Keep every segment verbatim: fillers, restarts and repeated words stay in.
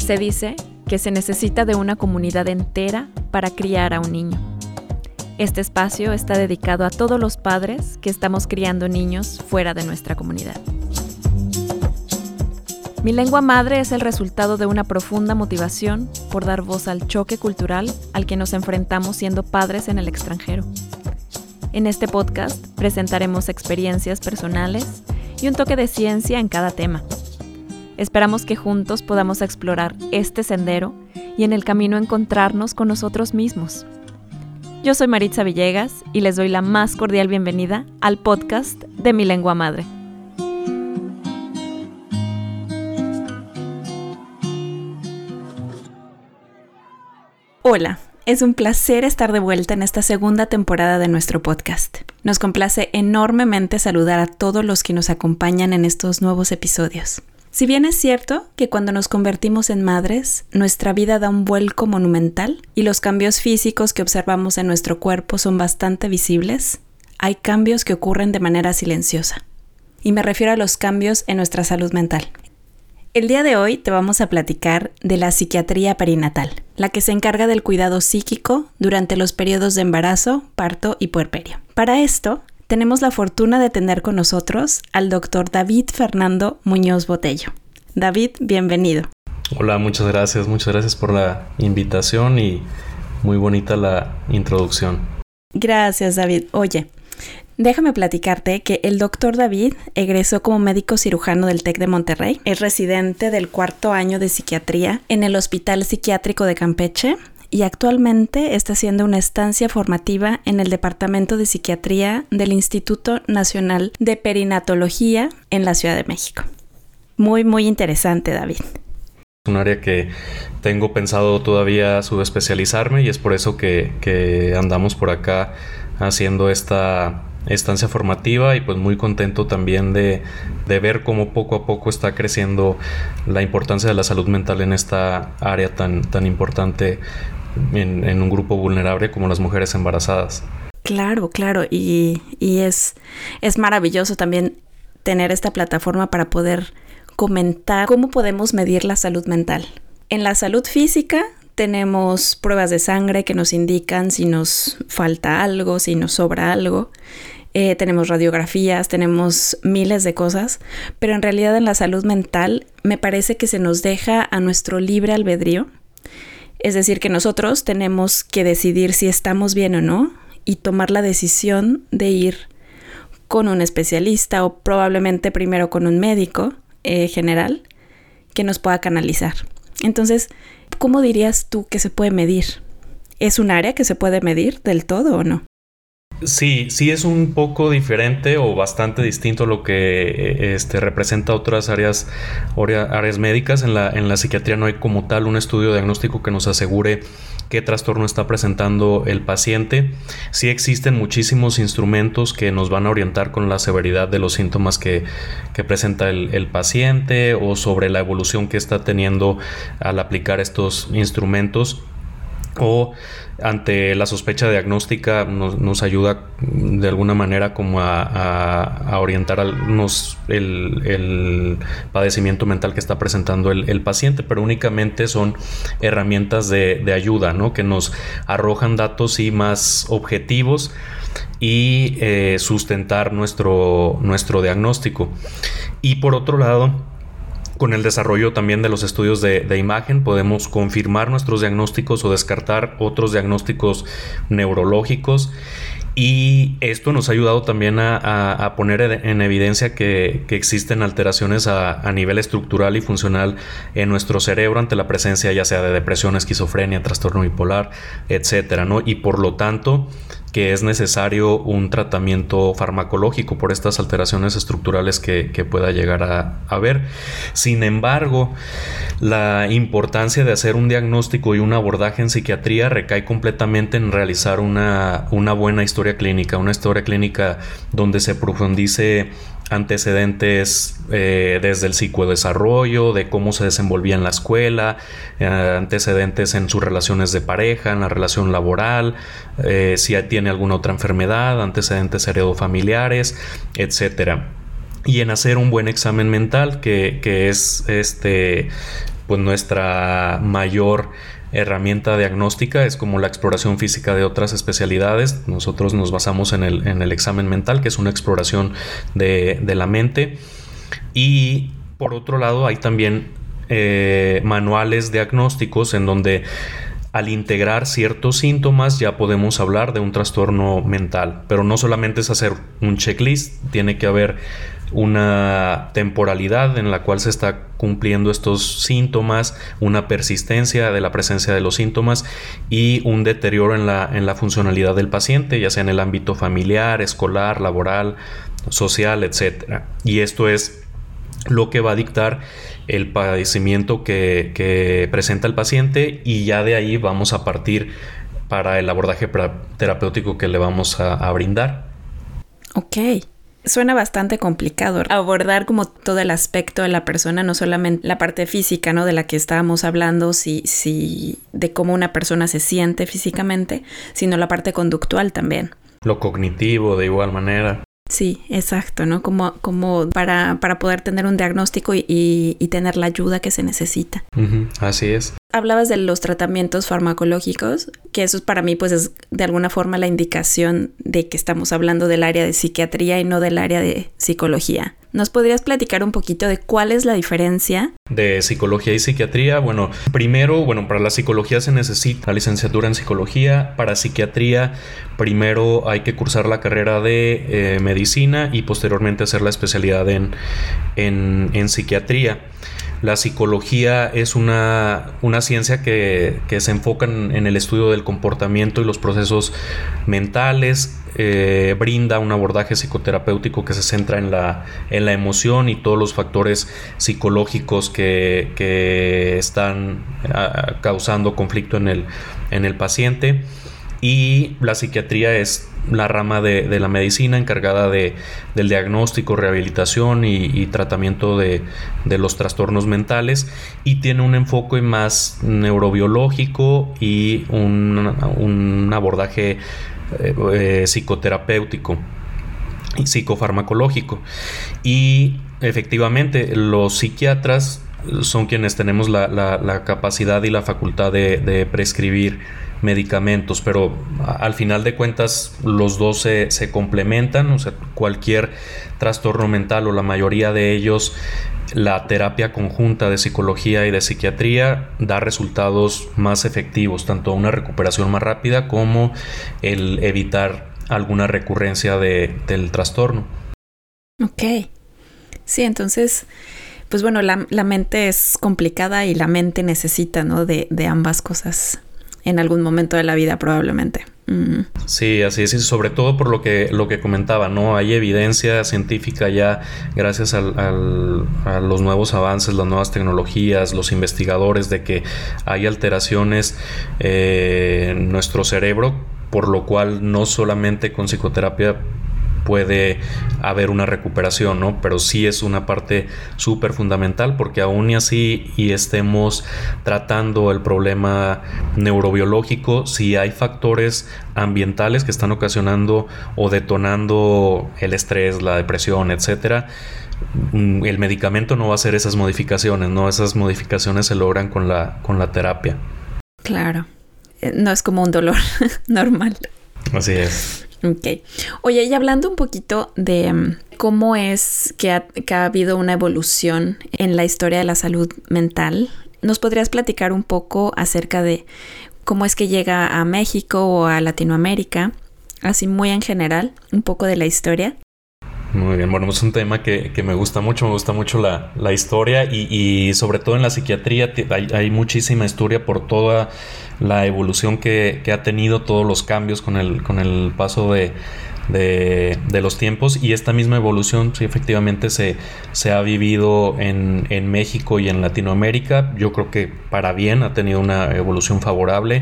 Se dice que se necesita de una comunidad entera para criar a un niño. Este espacio está dedicado a todos los padres que estamos criando niños fuera de nuestra comunidad. Mi lengua madre es el resultado de una profunda motivación por dar voz al choque cultural al que nos enfrentamos siendo padres en el extranjero. En este podcast presentaremos experiencias personales y un toque de ciencia en cada tema. Esperamos que juntos podamos explorar este sendero y en el camino encontrarnos con nosotros mismos. Yo soy Maritza Villegas y les doy la más cordial bienvenida al podcast de Mi Lengua Madre. Hola, es un placer estar de vuelta en esta segunda temporada de nuestro podcast. Nos complace enormemente saludar a todos los que nos acompañan en estos nuevos episodios. Si bien es cierto que cuando nos convertimos en madres, nuestra vida da un vuelco monumental y los cambios físicos que observamos en nuestro cuerpo son bastante visibles, hay cambios que ocurren de manera silenciosa. Y me refiero a los cambios en nuestra salud mental. El día de hoy te vamos a platicar de la psiquiatría perinatal, la que se encarga del cuidado psíquico durante los periodos de embarazo, parto y puerperio. Para esto, tenemos la fortuna de tener con nosotros al doctor David Fernando Muñoz Botello. David, bienvenido. Hola, muchas gracias. Muchas gracias por la invitación y muy bonita la introducción. Gracias, David. Oye, déjame platicarte que el doctor David egresó como médico cirujano del TEC de Monterrey. Es residente del cuarto año de psiquiatría en el Hospital Psiquiátrico de Campeche y actualmente está haciendo una estancia formativa en el Departamento de Psiquiatría del Instituto Nacional de Perinatología en la Ciudad de México. Muy, muy interesante, David. Es un área que tengo pensado todavía subespecializarme y es por eso que, que andamos por acá haciendo esta estancia formativa y pues muy contento también de, de ver cómo poco a poco está creciendo la importancia de la salud mental en esta área tan, tan importante en, en un grupo vulnerable como las mujeres embarazadas. Claro, claro, y, y es, es maravilloso también tener esta plataforma para poder comentar cómo podemos medir la salud mental. En la salud física tenemos pruebas de sangre que nos indican si nos falta algo, si nos sobra algo. Eh, tenemos radiografías, tenemos miles de cosas, pero en realidad en la salud mental me parece que se nos deja a nuestro libre albedrío. Es decir, que nosotros tenemos que decidir si estamos bien o no y tomar la decisión de ir con un especialista o probablemente primero con un médico eh, general que nos pueda canalizar. Entonces, ¿cómo dirías tú que se puede medir? ¿Es un área que se puede medir del todo o no? Sí, sí es un poco diferente o bastante distinto a lo que este, representa otras áreas, áreas médicas. En la, en la psiquiatría no hay como tal un estudio diagnóstico que nos asegure qué trastorno está presentando el paciente. Sí existen muchísimos instrumentos que nos van a orientar con la severidad de los síntomas que, que presenta el, el paciente o sobre la evolución que está teniendo al aplicar estos instrumentos. O ante la sospecha diagnóstica nos, nos ayuda de alguna manera como a, a, a orientar al, nos, el, el padecimiento mental que está presentando el, el paciente, pero únicamente son herramientas de, de ayuda, ¿no? Que nos arrojan datos sí más objetivos y eh, sustentar nuestro, nuestro diagnóstico. Y por otro lado, con el desarrollo también de los estudios de, de imagen podemos confirmar nuestros diagnósticos o descartar otros diagnósticos neurológicos y esto nos ha ayudado también a, a, a poner en evidencia que, que existen alteraciones a, a nivel estructural y funcional en nuestro cerebro ante la presencia ya sea de depresión, esquizofrenia, trastorno bipolar, etcétera, ¿no? Y por lo tanto que es necesario un tratamiento farmacológico por estas alteraciones estructurales que, que pueda llegar a haber. Sin embargo, la importancia de hacer un diagnóstico y un abordaje en psiquiatría recae completamente en realizar una, una buena historia clínica, una historia clínica donde se profundice antecedentes eh, desde el psicodesarrollo, de cómo se desenvolvía en la escuela, eh, antecedentes en sus relaciones de pareja, en la relación laboral, eh, si tiene alguna otra enfermedad, antecedentes heredofamiliares, etcétera. Y en hacer un buen examen mental que, que es este pues nuestra mayor herramienta diagnóstica es como la exploración física de otras especialidades. Nosotros nos basamos en el, en el examen mental, que es una exploración de, de la mente. Y por otro lado hay también eh, manuales diagnósticos en donde al integrar ciertos síntomas ya podemos hablar de un trastorno mental. Pero no solamente es hacer un checklist, tiene que haber una temporalidad en la cual se está cumpliendo estos síntomas, una persistencia de la presencia de los síntomas y un deterioro en la, en la funcionalidad del paciente, ya sea en el ámbito familiar, escolar, laboral, social, etcétera. Y esto es lo que va a dictar el padecimiento que, que presenta el paciente, y ya de ahí vamos a partir para el abordaje terapéutico que le vamos a, a brindar. Ok. Suena bastante complicado abordar como todo el aspecto de la persona, no solamente la parte física, ¿no? De la que estábamos hablando, si, si, de cómo una persona se siente físicamente, sino la parte conductual también. Lo cognitivo de igual manera. Sí, exacto, ¿no? Como, como para, para poder tener un diagnóstico y, y, y tener la ayuda que se necesita. Uh-huh, así es. Hablabas de los tratamientos farmacológicos, que eso para mí pues es de alguna forma la indicación de que estamos hablando del área de psiquiatría y no del área de psicología. ¿Nos podrías platicar un poquito de cuál es la diferencia? De psicología y psiquiatría, bueno, primero, bueno, para la psicología se necesita la licenciatura en psicología. Para psiquiatría, primero hay que cursar la carrera de eh, medicina y posteriormente hacer la especialidad en, en, en psiquiatría. La psicología es una, una ciencia que, que se enfoca en, en el estudio del comportamiento y los procesos mentales. Eh, brinda un abordaje psicoterapéutico que se centra en la, en la emoción y todos los factores psicológicos que, que están a, causando conflicto en el, en el paciente. Y la psiquiatría es la rama de, de la medicina encargada de, del diagnóstico, rehabilitación y, y tratamiento de, de los trastornos mentales, y tiene un enfoque más neurobiológico y un, un abordaje eh, eh, psicoterapéutico y psicofarmacológico. Y efectivamente los psiquiatras son quienes tenemos la, la, la capacidad y la facultad de, de prescribir medicamentos, pero al final de cuentas los dos se, se complementan. O sea, cualquier trastorno mental o la mayoría de ellos, la terapia conjunta de psicología y de psiquiatría da resultados más efectivos, tanto una recuperación más rápida como el evitar alguna recurrencia de, del trastorno. Ok, sí, entonces pues bueno, la, la mente es complicada y la mente necesita, ¿no? de, de ambas cosas en algún momento de la vida probablemente. Mm. Sí, así es, y sobre todo por lo que, lo que comentaba, ¿no? Hay evidencia científica ya gracias al, al, a los nuevos avances, las nuevas tecnologías, los investigadores, de que hay alteraciones eh, en nuestro cerebro, por lo cual no solamente con psicoterapia puede haber una recuperación, ¿no? Pero sí es una parte súper fundamental, porque aún y así y estemos tratando el problema neurobiológico, si hay factores ambientales que están ocasionando o detonando el estrés, la depresión, etcétera, el medicamento no va a hacer esas modificaciones, ¿no? Esas modificaciones se logran con la, con la terapia. Claro, no es como un dolor normal. Así es. Ok. Oye, y hablando un poquito de um, cómo es que ha, que ha habido una evolución en la historia de la salud mental, ¿nos podrías platicar un poco acerca de cómo es que llega a México o a Latinoamérica, así muy en general, un poco de la historia? Muy bien, bueno, es un tema que, que me gusta mucho, me gusta mucho la, la historia y, y sobre todo en la psiquiatría hay, hay muchísima historia por toda la evolución que, que ha tenido, todos los cambios con el, con el paso de, de, de los tiempos, y esta misma evolución sí, efectivamente se, se ha vivido en, en México y en Latinoamérica. Yo creo que para bien ha tenido una evolución favorable,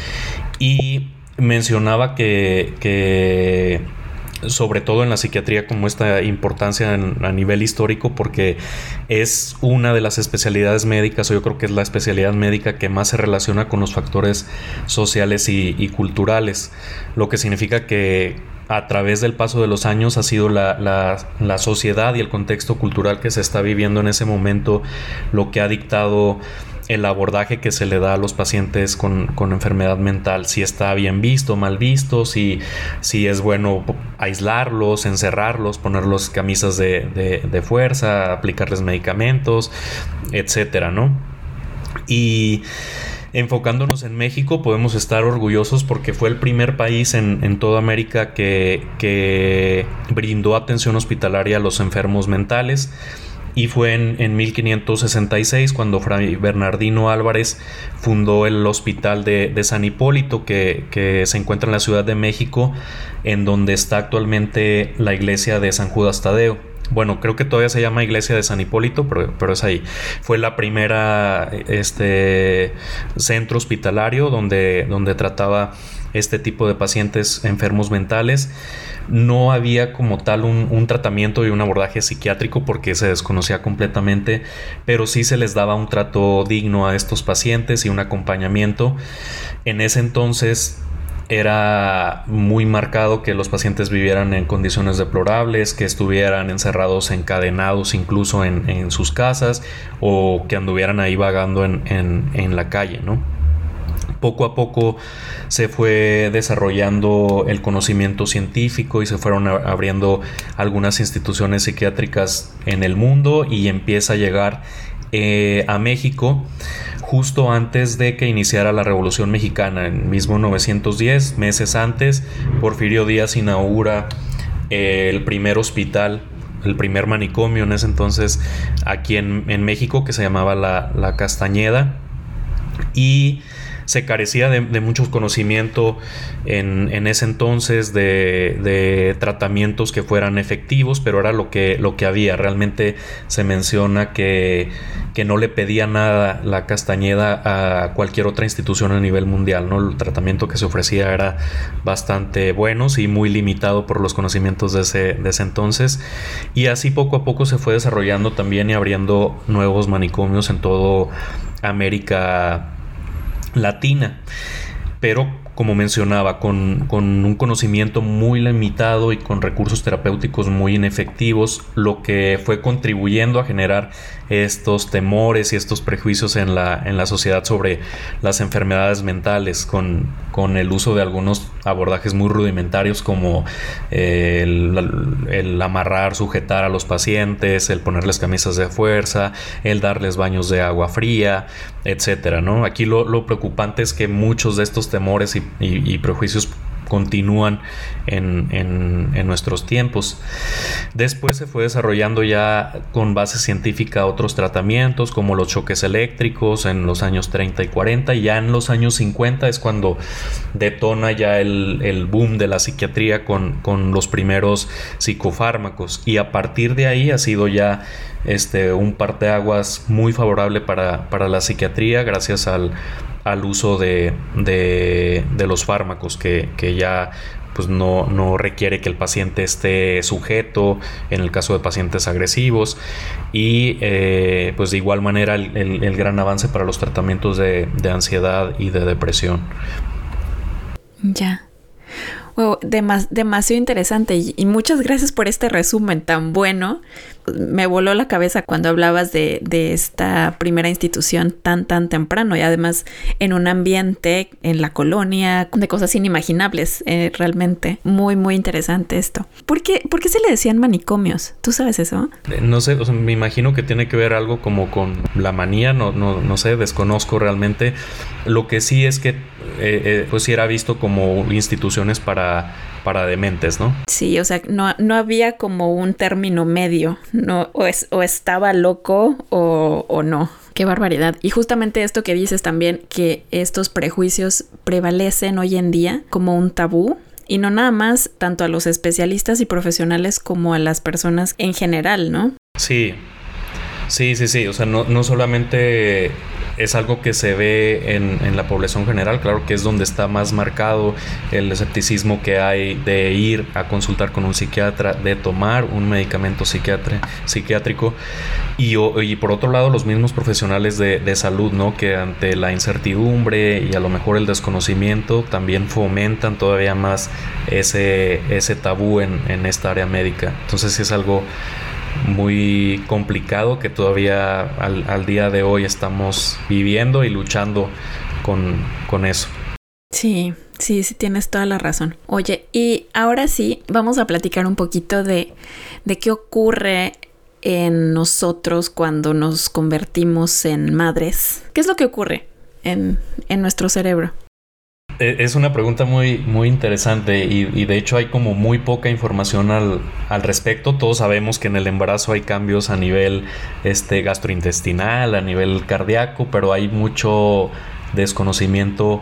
y mencionaba que... que sobre todo en la psiquiatría, como esta importancia en, a nivel histórico, porque es una de las especialidades médicas, o yo creo que es la especialidad médica que más se relaciona con los factores sociales y, y culturales, lo que significa que a través del paso de los años ha sido la, la, la sociedad y el contexto cultural que se está viviendo en ese momento lo que ha dictado el abordaje que se le da a los pacientes con, con enfermedad mental, si está bien visto, mal visto, si, si es bueno aislarlos, encerrarlos, ponerlos camisas de, de, de fuerza, aplicarles medicamentos, etcétera, ¿no? Y enfocándonos en México, podemos estar orgullosos porque fue el primer país en, en toda América que, que brindó atención hospitalaria a los enfermos mentales. Y fue en, en mil quinientos sesenta y seis cuando Fray Bernardino Álvarez fundó el Hospital de, de San Hipólito, que, que se encuentra en la Ciudad de México, en donde está actualmente la iglesia de San Judas Tadeo. Bueno, creo que todavía se llama Iglesia de San Hipólito, pero, pero es ahí. Fue la primera este, centro hospitalario donde, donde trataba este tipo de pacientes enfermos mentales. No había como tal un, un tratamiento y un abordaje psiquiátrico porque se desconocía completamente, pero sí se les daba un trato digno a estos pacientes y un acompañamiento. En ese entonces era muy marcado que los pacientes vivieran en condiciones deplorables, que estuvieran encerrados, encadenados incluso en, en sus casas, o que anduvieran ahí vagando en, en, en la calle, ¿no? Poco a poco se fue desarrollando el conocimiento científico y se fueron abriendo algunas instituciones psiquiátricas en el mundo, y empieza a llegar eh, a México justo antes de que iniciara la Revolución Mexicana. En mismo novecientos diez, meses antes, Porfirio Díaz inaugura eh, el primer hospital, el primer manicomio en ese entonces aquí en, en México, que se llamaba la, la Castañeda, y se carecía de, de mucho conocimiento en, en ese entonces de, de tratamientos que fueran efectivos, pero era lo que, lo que había. Realmente se menciona que, que no le pedía nada la Castañeda a cualquier otra institución a nivel mundial, ¿no? El tratamiento que se ofrecía era bastante bueno y muy limitado por los conocimientos de ese, de ese entonces, y así poco a poco se fue desarrollando también y abriendo nuevos manicomios en toda América Latina, pero como mencionaba, con, con un conocimiento muy limitado y con recursos terapéuticos muy inefectivos, lo que fue contribuyendo a generar estos temores y estos prejuicios en la, en la sociedad sobre las enfermedades mentales, con, con el uso de algunos abordajes muy rudimentarios como eh, el, el amarrar, sujetar a los pacientes, el ponerles camisas de fuerza, el darles baños de agua fría, etcétera, ¿no? Aquí lo, lo preocupante es que muchos de estos temores y, y, y prejuicios continúan en, en, en nuestros tiempos. Después se fue desarrollando ya con base científica otros tratamientos como los choques eléctricos en los años treinta y cuarenta, y ya en los años cincuenta es cuando detona ya el, el boom de la psiquiatría con, con los primeros psicofármacos, y a partir de ahí ha sido ya este, un parteaguas muy favorable para, para la psiquiatría gracias al al uso de, de, de los fármacos que, que ya pues no, no requiere que el paciente esté sujeto en el caso de pacientes agresivos, y eh, pues de igual manera el, el, el gran avance para los tratamientos de, de ansiedad y de depresión. Ya. Wow, demas, demasiado interesante, y, y muchas gracias por este resumen tan bueno. Me voló la cabeza cuando hablabas de, de esta primera institución tan tan temprano, y además en un ambiente en la colonia de cosas inimaginables. Eh, realmente muy muy interesante esto. ¿Por qué, ¿Por qué se le decían manicomios? ¿Tú sabes eso? No sé, o sea, me imagino que tiene que ver algo como con la manía, no, no, no sé, desconozco realmente. Lo que sí es que eh, eh, pues sí era visto como instituciones para, para dementes, ¿no? Sí, o sea, no, no había como un término medio, no, o, es, o estaba loco o, o no. Qué barbaridad. Y justamente esto que dices también, que estos prejuicios prevalecen hoy en día como un tabú, y no nada más tanto a los especialistas y profesionales como a las personas en general, ¿no? Sí, sí, sí, sí. O sea, no, no solamente es algo que se ve en, en la población general, claro que es donde está más marcado el escepticismo que hay de ir a consultar con un psiquiatra, de tomar un medicamento psiquiatra, psiquiátrico, y, y por otro lado los mismos profesionales de, de salud, ¿no? Que ante la incertidumbre y a lo mejor el desconocimiento también fomentan todavía más ese, ese tabú en, en esta área médica. Entonces sí es algo muy complicado que todavía al, al día de hoy estamos viviendo y luchando con, con eso. Sí, sí, sí, tienes toda la razón. Oye, y ahora sí, vamos a platicar un poquito de, de qué ocurre en nosotros cuando nos convertimos en madres. ¿Qué es lo que ocurre en, en nuestro cerebro? Es una pregunta muy, muy interesante y, y de hecho hay como muy poca información al, al respecto. Todos sabemos que en el embarazo hay cambios a nivel este, gastrointestinal, a nivel cardíaco, pero hay mucho desconocimiento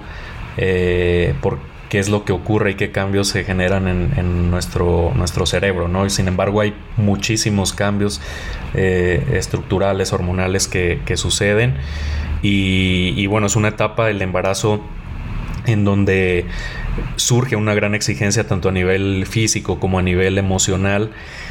eh, por qué es lo que ocurre y qué cambios se generan en, en nuestro, nuestro cerebro, ¿no? Y sin embargo hay muchísimos cambios eh, estructurales, hormonales que, que suceden y, y bueno, es una etapa del embarazo en donde surge una gran exigencia tanto a nivel físico como a nivel emocional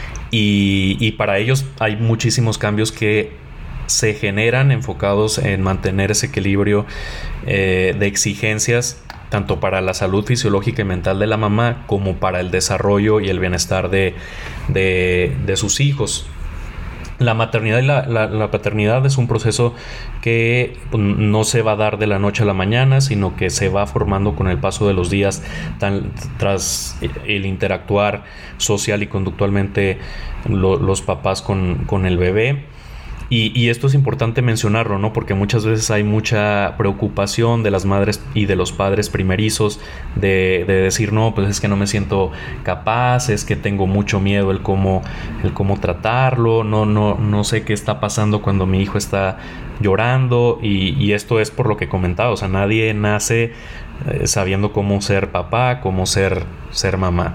y, y para ellos hay muchísimos cambios que se generan enfocados en mantener ese equilibrio eh, de exigencias tanto para la salud fisiológica y mental de la mamá como para el desarrollo y el bienestar de, de, de sus hijos. La maternidad y la, la, la paternidad es un proceso que no se va a dar de la noche a la mañana, sino que se va formando con el paso de los días tan, tras el interactuar social y conductualmente lo, los papás con, con el bebé. Y, y esto es importante mencionarlo, ¿no? Porque muchas veces hay mucha preocupación de las madres y de los padres primerizos de, de decir, no, pues es que no me siento capaz, es que tengo mucho miedo el cómo, el cómo tratarlo, no, no, no sé qué está pasando cuando mi hijo está llorando y, y esto es por lo que comentaba, o sea, nadie nace eh, sabiendo cómo ser papá, cómo ser, ser mamá.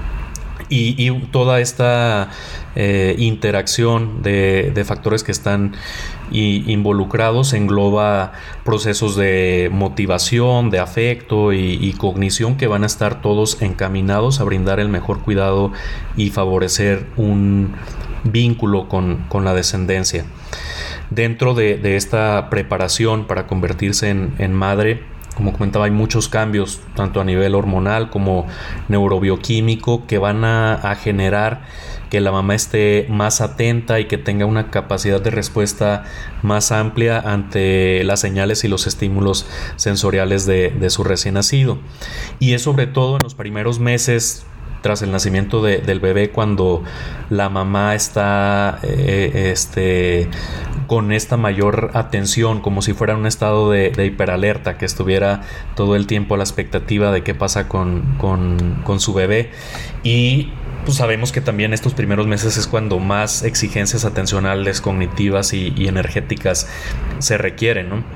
Y, y toda esta eh, interacción de, de factores que están y, involucrados engloba procesos de motivación, de afecto y, y cognición que van a estar todos encaminados a brindar el mejor cuidado y favorecer un vínculo con, con la descendencia. Dentro de, de esta preparación para convertirse en, en madre, como comentaba, hay muchos cambios, tanto a nivel hormonal como neurobioquímico, que van a, a generar que la mamá esté más atenta y que tenga una capacidad de respuesta más amplia ante las señales y los estímulos sensoriales de, de su recién nacido. Y es sobre todo en los primeros meses tras el nacimiento de, del bebé, cuando la mamá está eh, este, con esta mayor atención, como si fuera un estado de, de hiperalerta, que estuviera todo el tiempo a la expectativa de qué pasa con, con, con su bebé. Y pues sabemos que también estos primeros meses es cuando más exigencias atencionales, cognitivas y, y energéticas se requieren, ¿no?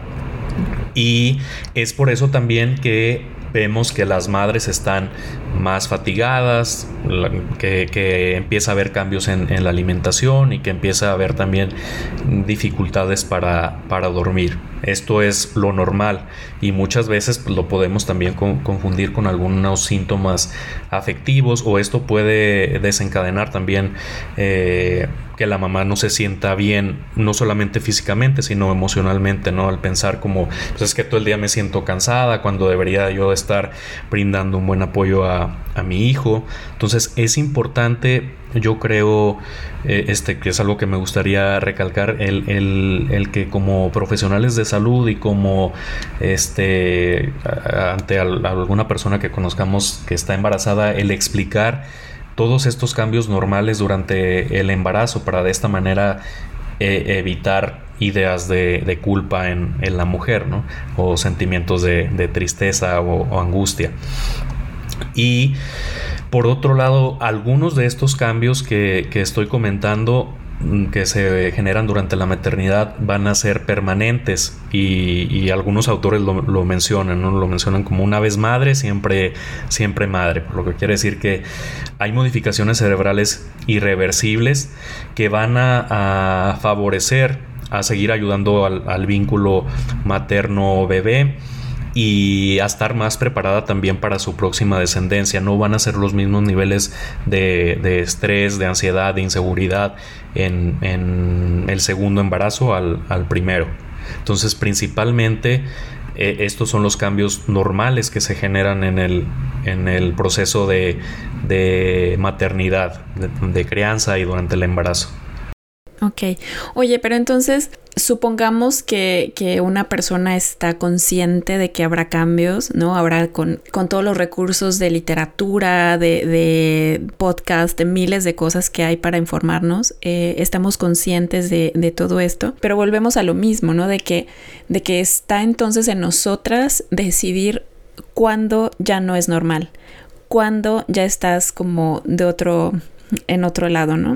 Y es por eso también que vemos que las madres están más fatigadas, que, que empieza a haber cambios en, en la alimentación y que empieza a haber también dificultades para, para dormir. Esto es lo normal y muchas veces pues, lo podemos también con, confundir con algunos síntomas afectivos, o esto puede desencadenar también eh, que la mamá no se sienta bien, no solamente físicamente sino emocionalmente, ¿no? Al pensar como, pues es que todo el día me siento cansada cuando debería yo estar brindando un buen apoyo a, a mi hijo. Entonces es importante, yo creo, eh, este que es algo que me gustaría recalcar, el, el, el que como profesionales de salud y como este ante al, alguna persona que conozcamos que está embarazada, el explicar todos estos cambios normales durante el embarazo para de esta manera eh, evitar ideas de, de culpa en, en la mujer, ¿no? O sentimientos de, de tristeza o, o angustia. Y por otro lado, algunos de estos cambios que, que estoy comentando, que se generan durante la maternidad, van a ser permanentes y, y algunos autores lo, lo mencionan, ¿no? Lo mencionan como una vez madre, siempre, siempre madre, por lo que quiere decir que hay modificaciones cerebrales irreversibles que van a, a favorecer, a seguir ayudando al, al vínculo materno-bebé y a estar más preparada también para su próxima descendencia. No van a ser los mismos niveles de, de estrés, de ansiedad, de inseguridad en, en el segundo embarazo al, al primero. Entonces, principalmente eh, estos son los cambios normales que se generan en el, en el proceso de, de maternidad, de, de crianza y durante el embarazo. Ok. Oye, pero entonces supongamos que, que una persona está consciente de que habrá cambios, ¿no? Habrá con, con todos los recursos de literatura, de, de podcast, de miles de cosas que hay para informarnos. Eh, estamos conscientes de, de todo esto, pero volvemos a lo mismo, ¿no? De que, de que está entonces en nosotras decidir cuándo ya no es normal, cuándo ya estás como de otro... en otro lado, ¿no?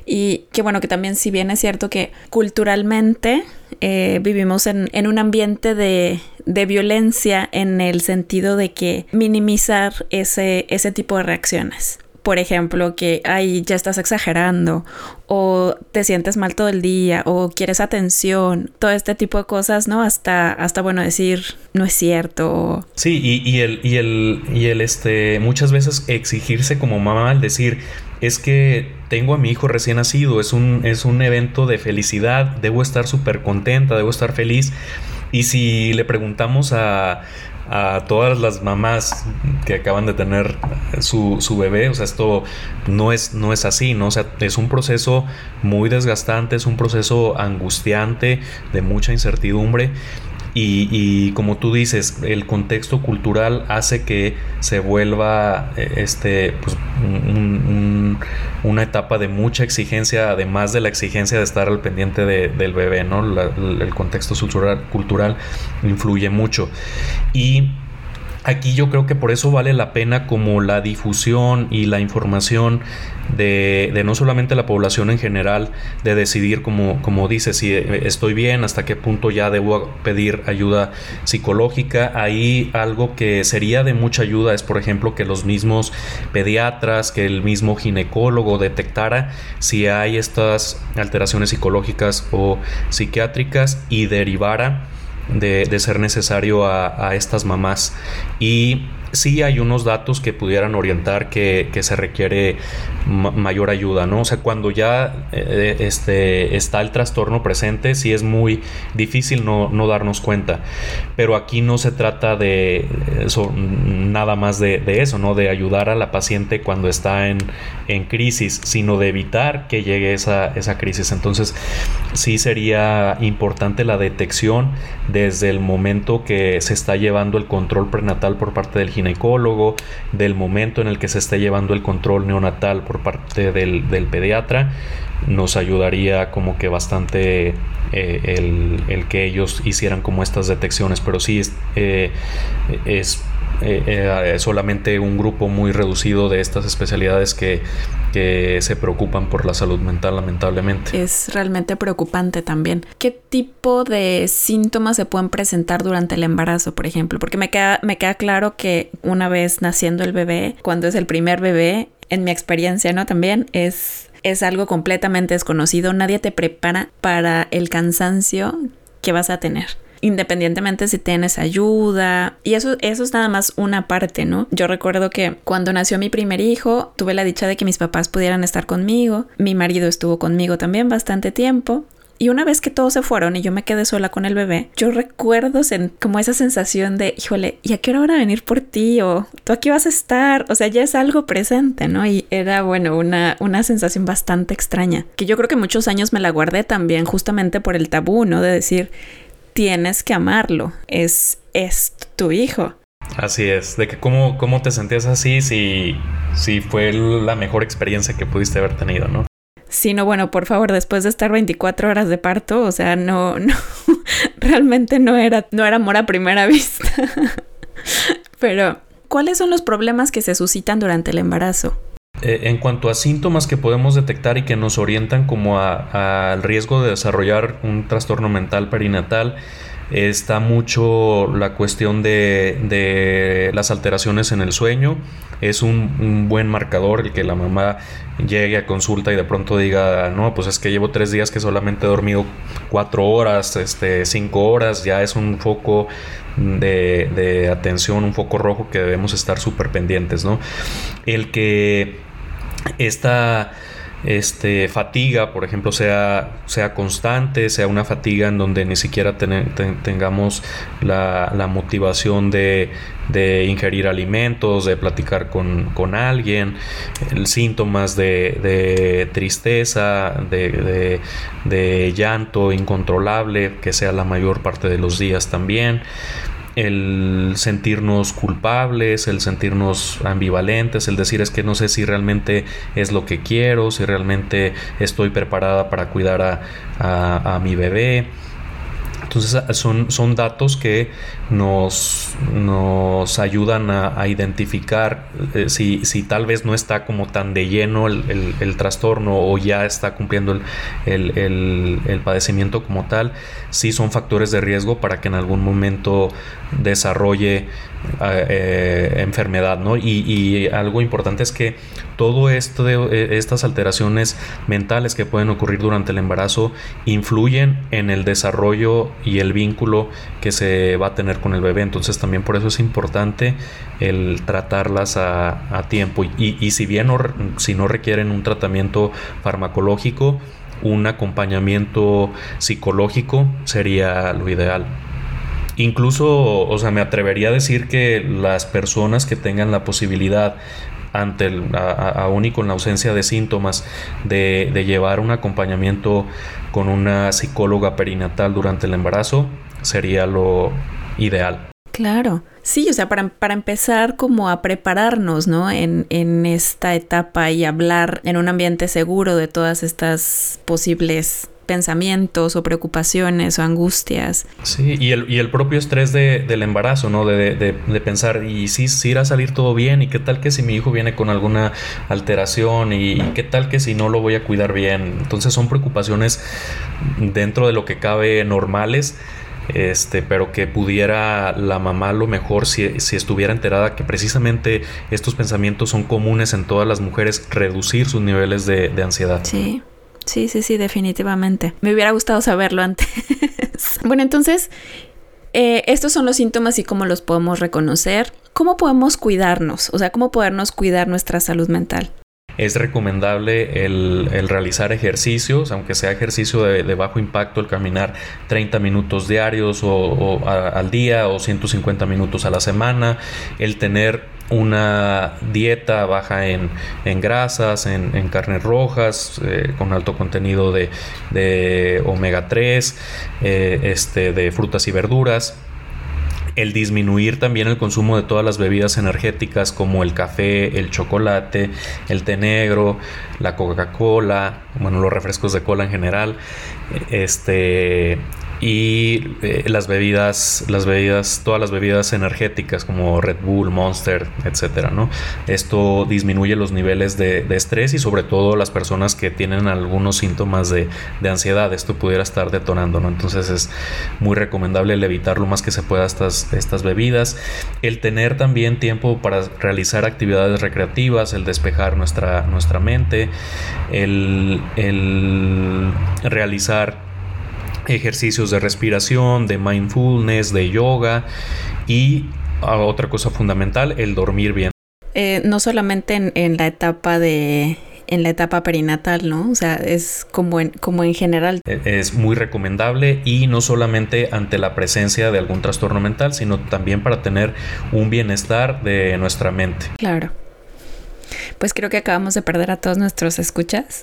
Y que bueno, que también si bien es cierto que culturalmente eh, vivimos en, en un ambiente de, de violencia en el sentido de que minimizar ese, ese tipo de reacciones. Por ejemplo, que ay, ya estás exagerando, o te sientes mal todo el día, o quieres atención, todo este tipo de cosas, ¿no? Hasta, hasta bueno, decir no es cierto. Sí, y, y el, y el, y el este, muchas veces exigirse como mamá al decir, es que tengo a mi hijo recién nacido, es un, es un evento de felicidad, debo estar súper contenta, debo estar feliz. Y si le preguntamos a, a todas las mamás que acaban de tener su, su bebé, o sea, esto no es, no es así, ¿no? O sea, es un proceso muy desgastante, es un proceso angustiante, de mucha incertidumbre. Y, y como tú dices, el contexto cultural hace que se vuelva este, pues, un, un, una etapa de mucha exigencia, además de la exigencia de estar al pendiente de, del bebé, ¿no? La, el contexto cultural, cultural influye mucho. Y aquí yo creo que por eso vale la pena como la difusión y la información de, de no solamente la población en general, de decidir, como, como dices, si estoy bien, hasta qué punto ya debo pedir ayuda psicológica. Ahí algo que sería de mucha ayuda es, por ejemplo, que los mismos pediatras, que el mismo ginecólogo detectara si hay estas alteraciones psicológicas o psiquiátricas y derivara De, de ser necesario a, a estas mamás. Y sí hay unos datos que pudieran orientar que, que se requiere ma- mayor ayuda, ¿no? O sea, cuando ya eh, este, está el trastorno presente, sí es muy difícil no, no darnos cuenta. Pero aquí no se trata de eso, nada más de, de eso, ¿no? De ayudar a la paciente cuando está en, en crisis, sino de evitar que llegue esa, esa crisis. Entonces, sí sería importante la detección desde el momento que se está llevando el control prenatal por parte del ginecólogo, del momento en el que se esté llevando el control neonatal por parte del, del pediatra. Nos ayudaría como que bastante eh, el, el que ellos hicieran como estas detecciones, pero sí es, eh, es eh, eh, solamente un grupo muy reducido de estas especialidades que, que se preocupan por la salud mental, lamentablemente. Es realmente preocupante también. ¿Qué tipo de síntomas se pueden presentar durante el embarazo, por ejemplo? Porque me queda, me queda claro que una vez naciendo el bebé, cuando es el primer bebé, en mi experiencia, ¿no? También es, es algo completamente desconocido. Nadie te prepara para el cansancio que vas a tener, independientemente si tienes ayuda. Y eso, eso es nada más una parte, ¿no? Yo recuerdo que cuando nació mi primer hijo, tuve la dicha de que mis papás pudieran estar conmigo. Mi marido estuvo conmigo también bastante tiempo. Y una vez que todos se fueron y yo me quedé sola con el bebé, yo recuerdo sen- como esa sensación de, híjole, ¿y a qué hora van a venir por ti? O tú aquí vas a estar. O sea, ya es algo presente, ¿no? Y era, bueno, una, una sensación bastante extraña, que yo creo que muchos años me la guardé también justamente por el tabú, ¿no? De decir, tienes que amarlo, es, es tu hijo. Así es, de que cómo, cómo te sentías así si, si fue la mejor experiencia que pudiste haber tenido, ¿no? Sí, no, bueno, por favor, después de estar veinticuatro horas de parto, o sea, no, no, realmente no era, no era amor a primera vista. Pero, ¿cuáles son los problemas que se suscitan durante el embarazo? Eh, en cuanto a síntomas que podemos detectar y que nos orientan como al riesgo de desarrollar un trastorno mental perinatal, está mucho la cuestión de, de las alteraciones en el sueño. Es un, un buen marcador el que la mamá llegue a consulta y de pronto diga, no, pues es que llevo tres días que solamente he dormido cuatro horas, este, cinco horas. Ya es un foco de, de atención, un foco rojo que debemos estar súper pendientes, ¿no? El que esta este, fatiga, por ejemplo, sea, sea constante, sea una fatiga en donde ni siquiera ten, ten, tengamos la, la motivación de, de ingerir alimentos, de platicar con, con alguien, el, síntomas de, de tristeza, de, de, de llanto incontrolable, que sea la mayor parte de los días también. El sentirnos culpables, el sentirnos ambivalentes, el decir es que no sé si realmente es lo que quiero, si realmente estoy preparada para cuidar a, a, a mi bebé. Entonces son, son datos que nos, nos ayudan a, a identificar eh, si, si tal vez no está como tan de lleno el, el, el trastorno o ya está cumpliendo el, el, el, el padecimiento como tal. Sí son factores de riesgo para que en algún momento desarrolle eh, enfermedad, ¿no? Y, y algo importante es que todo esto de, estas alteraciones mentales que pueden ocurrir durante el embarazo influyen en el desarrollo y el vínculo que se va a tener con el bebé. Entonces también por eso es importante el tratarlas a, a tiempo y, y, y si bien no, si no requieren un tratamiento farmacológico, un acompañamiento psicológico sería lo ideal. Incluso, o sea, me atrevería a decir que las personas que tengan la posibilidad ante el, a, a, aún y con la ausencia de síntomas de, de llevar un acompañamiento con una psicóloga perinatal durante el embarazo sería lo ideal. Claro, sí, o sea, para, para empezar como a prepararnos, ¿no? En, en esta etapa y hablar en un ambiente seguro de todas estas posibles pensamientos o preocupaciones o angustias. Sí, y el, y el propio estrés de, del embarazo, ¿no? De, de, de pensar, ¿y si, si irá a salir todo bien? ¿Y qué tal que si mi hijo viene con alguna alteración? ¿Y, y qué tal que si no lo voy a cuidar bien? Entonces son preocupaciones dentro de lo que cabe normales, este, pero que pudiera la mamá a lo mejor, si, si estuviera enterada que precisamente estos pensamientos son comunes en todas las mujeres, reducir sus niveles de, de ansiedad. Sí. Sí, sí, sí, definitivamente. Me hubiera gustado saberlo antes. Bueno, entonces, eh, estos son los síntomas y cómo los podemos reconocer. ¿Cómo podemos cuidarnos? O sea, ¿cómo podernos cuidar nuestra salud mental? Es recomendable el, el realizar ejercicios, aunque sea ejercicio de, de bajo impacto, el caminar treinta minutos diarios o, o a, al día o ciento cincuenta minutos a la semana, el tener una dieta baja en, en grasas, en, en carnes rojas, eh, con alto contenido de, de omega tres, eh, este, de frutas y verduras. El disminuir también el consumo de todas las bebidas energéticas como el café, el chocolate, el té negro, la Coca-Cola, bueno, los refrescos de cola en general, este, y eh, las bebidas, las bebidas, todas las bebidas energéticas como Red Bull, Monster, etcétera, ¿no? Esto disminuye los niveles de, de estrés y sobre todo las personas que tienen algunos síntomas de, de ansiedad, esto pudiera estar detonando, ¿no? Entonces es muy recomendable el evitar lo más que se pueda estas, estas bebidas, el tener también tiempo para realizar actividades recreativas, el despejar nuestra, nuestra mente, el, el realizar ejercicios de respiración, de mindfulness, de yoga y otra cosa fundamental, el dormir bien. Eh, no solamente en, en la etapa de en la etapa perinatal, ¿no? O sea, es como en, como en general. Es muy recomendable y no solamente ante la presencia de algún trastorno mental, sino también para tener un bienestar de nuestra mente. Claro. Pues creo que acabamos de perder a todos nuestros escuchas.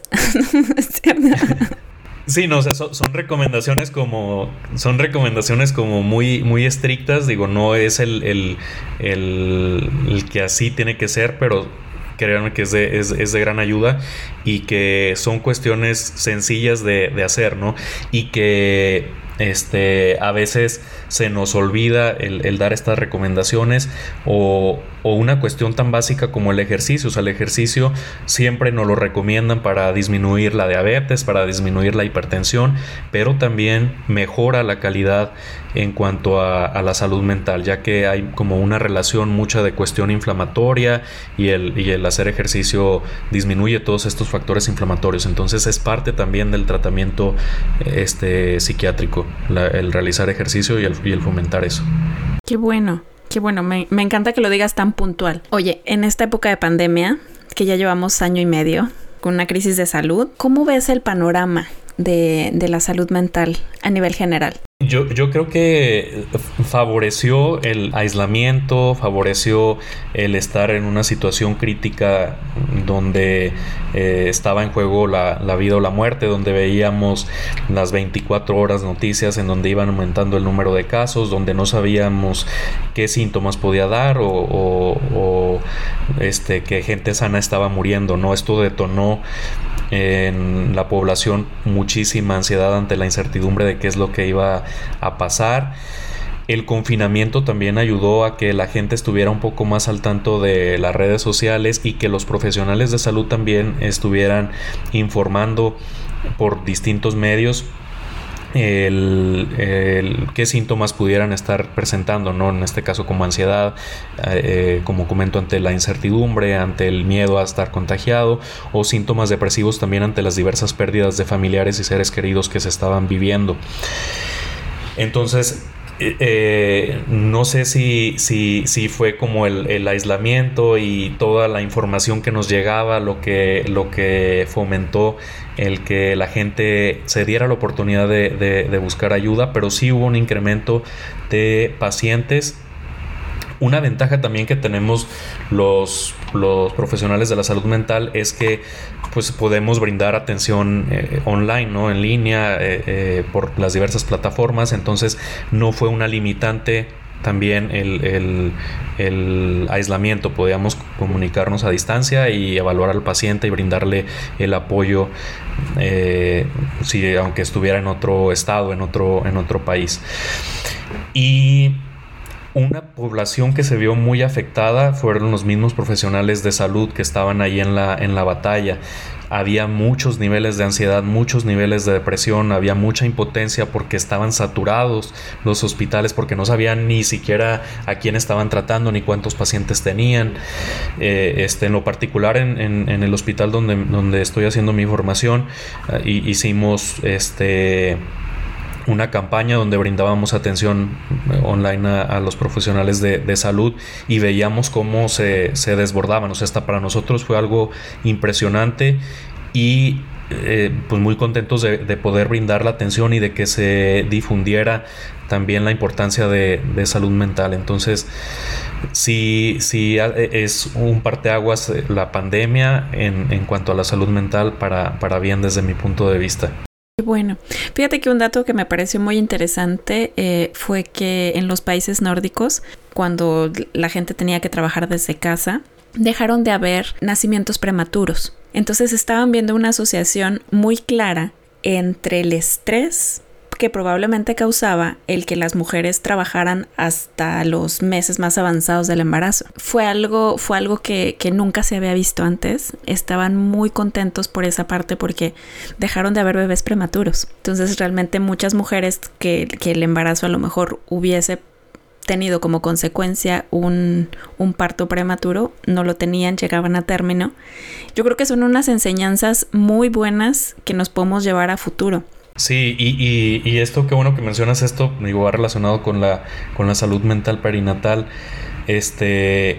Sí, no, o sea, son, son recomendaciones como son recomendaciones como muy, muy estrictas. Digo, no es el, el, el, el que así tiene que ser, pero créanme que es de, es, es de gran ayuda y que son cuestiones sencillas de, de hacer, ¿no? Y que este, a veces se nos olvida el, el dar estas recomendaciones o, o una cuestión tan básica como el ejercicio. O sea, el ejercicio siempre nos lo recomiendan para disminuir la diabetes, para disminuir la hipertensión, pero también mejora la calidad en cuanto a, a la salud mental, ya que hay como una relación mucha de cuestión inflamatoria y el, y el hacer ejercicio disminuye todos estos factores inflamatorios. Entonces es parte también del tratamiento este, psiquiátrico, la, el realizar ejercicio y el, y el fomentar eso. Qué bueno, qué bueno. Me, me encanta que lo digas tan puntual. Oye, en esta época de pandemia, que ya llevamos año y medio con una crisis de salud. ¿Cómo ves el panorama de, de la salud mental a nivel general? Yo, yo creo que favoreció el aislamiento, favoreció el estar en una situación crítica donde eh, estaba en juego la, la vida o la muerte, donde veíamos las veinticuatro horas noticias en donde iban aumentando el número de casos, donde no sabíamos qué síntomas podía dar o, o, o este, que gente sana estaba muriendo, ¿no? Esto detonó en la población muchísima ansiedad ante la incertidumbre de qué es lo que iba a pasar. El confinamiento también ayudó a que la gente estuviera un poco más al tanto de las redes sociales y que los profesionales de salud también estuvieran informando por distintos medios El, el, qué síntomas pudieran estar presentando, ¿no? En este caso como ansiedad, eh, como comento, ante la incertidumbre, ante el miedo a estar contagiado, o síntomas depresivos también ante las diversas pérdidas de familiares y seres queridos que se estaban viviendo. Entonces, Eh, no sé si, si, si fue como el, el aislamiento y toda la información que nos llegaba lo que, lo que fomentó el que la gente se diera la oportunidad de, de, de buscar ayuda, pero sí hubo un incremento de pacientes. Una ventaja también que tenemos los, los profesionales de la salud mental es que pues podemos brindar atención eh, online, ¿no? En línea, eh, eh, por las diversas plataformas. Entonces no fue una limitante también el, el, el aislamiento. Podíamos comunicarnos a distancia y evaluar al paciente y brindarle el apoyo, eh, si, aunque estuviera en otro estado, en otro, en otro país. Y una población que se vio muy afectada fueron los mismos profesionales de salud que estaban ahí en la, en la batalla. Había muchos niveles de ansiedad, muchos niveles de depresión, había mucha impotencia porque estaban saturados los hospitales, porque no sabían ni siquiera a quién estaban tratando ni cuántos pacientes tenían. Eh, este, en lo particular en, en, en el hospital donde, donde estoy haciendo mi formación, eh, hicimos este... una campaña donde brindábamos atención online a, a los profesionales de, de salud y veíamos cómo se, se desbordaban. O sea, hasta para nosotros fue algo impresionante y eh, pues muy contentos de, de poder brindar la atención y de que se difundiera también la importancia de, de salud mental. Entonces, sí, sí es un parteaguas la pandemia en, en cuanto a la salud mental para, para bien desde mi punto de vista. Bueno, fíjate que un dato que me pareció muy interesante eh, fue que en los países nórdicos, cuando la gente tenía que trabajar desde casa, dejaron de haber nacimientos prematuros. Entonces estaban viendo una asociación muy clara entre el estrés que probablemente causaba el que las mujeres trabajaran hasta los meses más avanzados del embarazo. Fue algo, fue algo que, que nunca se había visto antes. Estaban muy contentos por esa parte porque dejaron de haber bebés prematuros. Entonces realmente muchas mujeres que, que el embarazo a lo mejor hubiese tenido como consecuencia un, un parto prematuro, no lo tenían, llegaban a término. Yo creo que son unas enseñanzas muy buenas que nos podemos llevar a futuro. Sí, y, y, y esto, qué bueno que mencionas esto, digo, va relacionado con la, con la salud mental perinatal, este,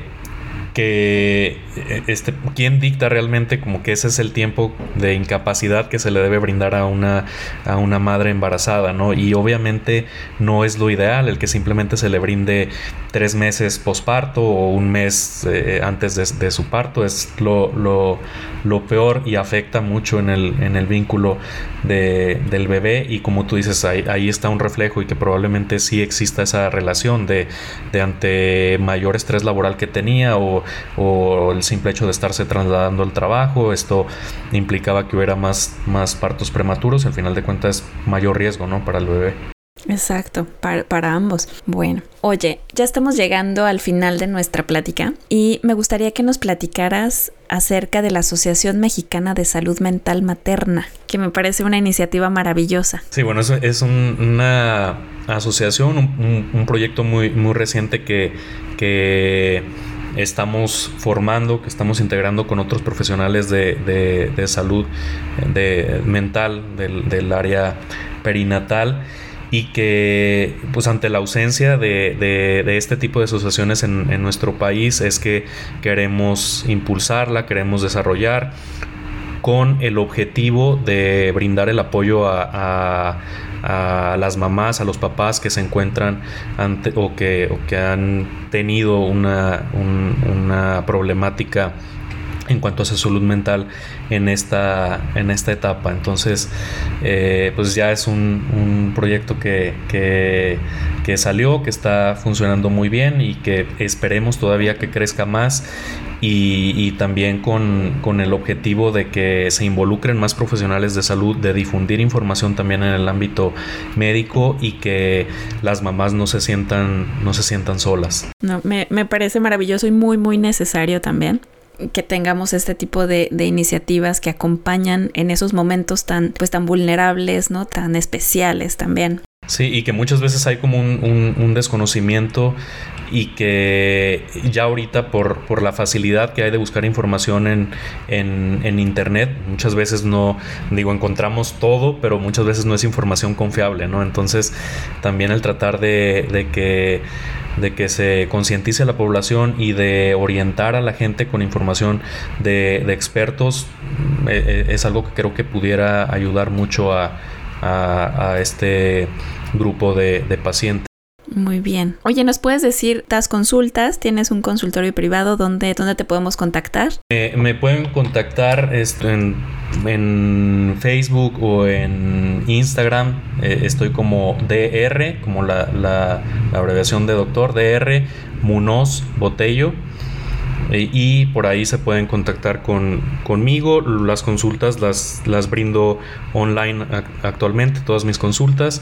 que, este, ¿quién dicta realmente como que ese es el tiempo de incapacidad que se le debe brindar a una, a una madre embarazada, ¿no? Y obviamente no es lo ideal el que simplemente se le brinde tres meses posparto o un mes eh, antes de, de su parto. Es lo, lo, lo peor y afecta mucho en el, en el vínculo de, del bebé, y como tú dices, ahí, ahí está un reflejo y que probablemente sí exista esa relación de, de ante mayor estrés laboral que tenía o, o el simple hecho de estarse trasladando al trabajo. Esto implicaba que hubiera más, más partos prematuros y al final de cuentas mayor riesgo, ¿no?, para el bebé. Exacto, para, para ambos. Bueno, oye, ya estamos llegando al final de nuestra plática y me gustaría que nos platicaras acerca de la Asociación Mexicana de Salud Mental Materna, que me parece una iniciativa maravillosa. Sí, bueno, es, es un, una asociación, un, un, un proyecto muy, muy reciente que, que estamos formando, que estamos integrando con otros profesionales de, de, de salud de, mental del, del área perinatal, y que pues ante la ausencia de, de, de este tipo de asociaciones en, en nuestro país es que queremos impulsarla, queremos desarrollar con el objetivo de brindar el apoyo a, a, a las mamás, a los papás que se encuentran ante, o, que, o que han tenido una, un, una problemática en cuanto a su salud mental en esta, en esta etapa. Entonces, eh, pues ya es un, un proyecto que, que, que salió, que está funcionando muy bien y que esperemos todavía que crezca más y, y también con, con el objetivo de que se involucren más profesionales de salud, de difundir información también en el ámbito médico y que las mamás no se sientan, no se sientan solas. No, me, me parece maravilloso y muy, muy necesario también que tengamos este tipo de, de iniciativas que acompañan en esos momentos tan, pues, tan vulnerables, ¿no? Tan especiales también. Sí, y que muchas veces hay como un, un, un desconocimiento y que ya ahorita por, por la facilidad que hay de buscar información en, en, en internet, muchas veces no, digo, encontramos todo, pero muchas veces no es información confiable, ¿no? Entonces también el tratar de, de que de que se concientice a la población y de orientar a la gente con información de, de expertos eh, es algo que creo que pudiera ayudar mucho a, a, a este grupo de, de pacientes. Muy bien. Oye, ¿nos puedes decir, das consultas? ¿Tienes un consultorio privado? ¿Dónde, dónde te podemos contactar? Eh, me pueden contactar esto en, en Facebook o en Instagram. Eh, estoy como D R, como la, la, la abreviación de doctor, D R Munoz Botello. Eh, y por ahí se pueden contactar con, conmigo. Las consultas las, las brindo online actualmente, todas mis consultas.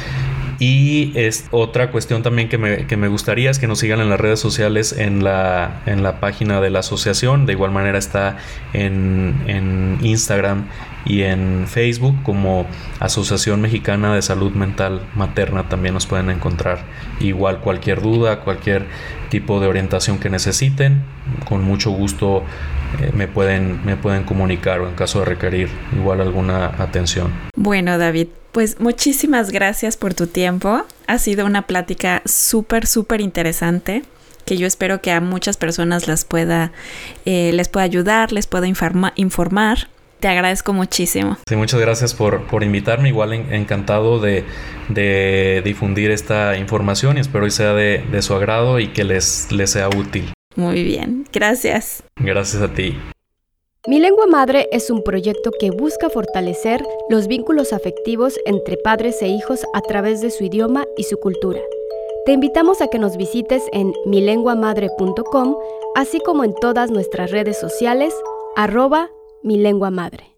Y es otra cuestión también que me, que me gustaría es que nos sigan en las redes sociales, en la, en la página de la asociación. De igual manera está en, en Instagram y en Facebook como Asociación Mexicana de Salud Mental Materna. También nos pueden encontrar. Igual cualquier duda, cualquier tipo de orientación que necesiten, con mucho gusto eh, me pueden, me pueden comunicar, o en caso de requerir igual alguna atención. Bueno, David, pues muchísimas gracias por tu tiempo. Ha sido una plática súper, súper interesante que yo espero que a muchas personas las pueda, eh, les pueda ayudar, les pueda informa- informar. Te agradezco muchísimo. Sí, muchas gracias por, por invitarme. Igual en, encantado de, de difundir esta información y espero que sea de, de su agrado y que les, les sea útil. Muy bien, gracias. Gracias a ti. Mi Lengua Madre es un proyecto que busca fortalecer los vínculos afectivos entre padres e hijos a través de su idioma y su cultura. Te invitamos a que nos visites en mi lengua madre punto com, así como en todas nuestras redes sociales, arroba Mi Lengua Madre.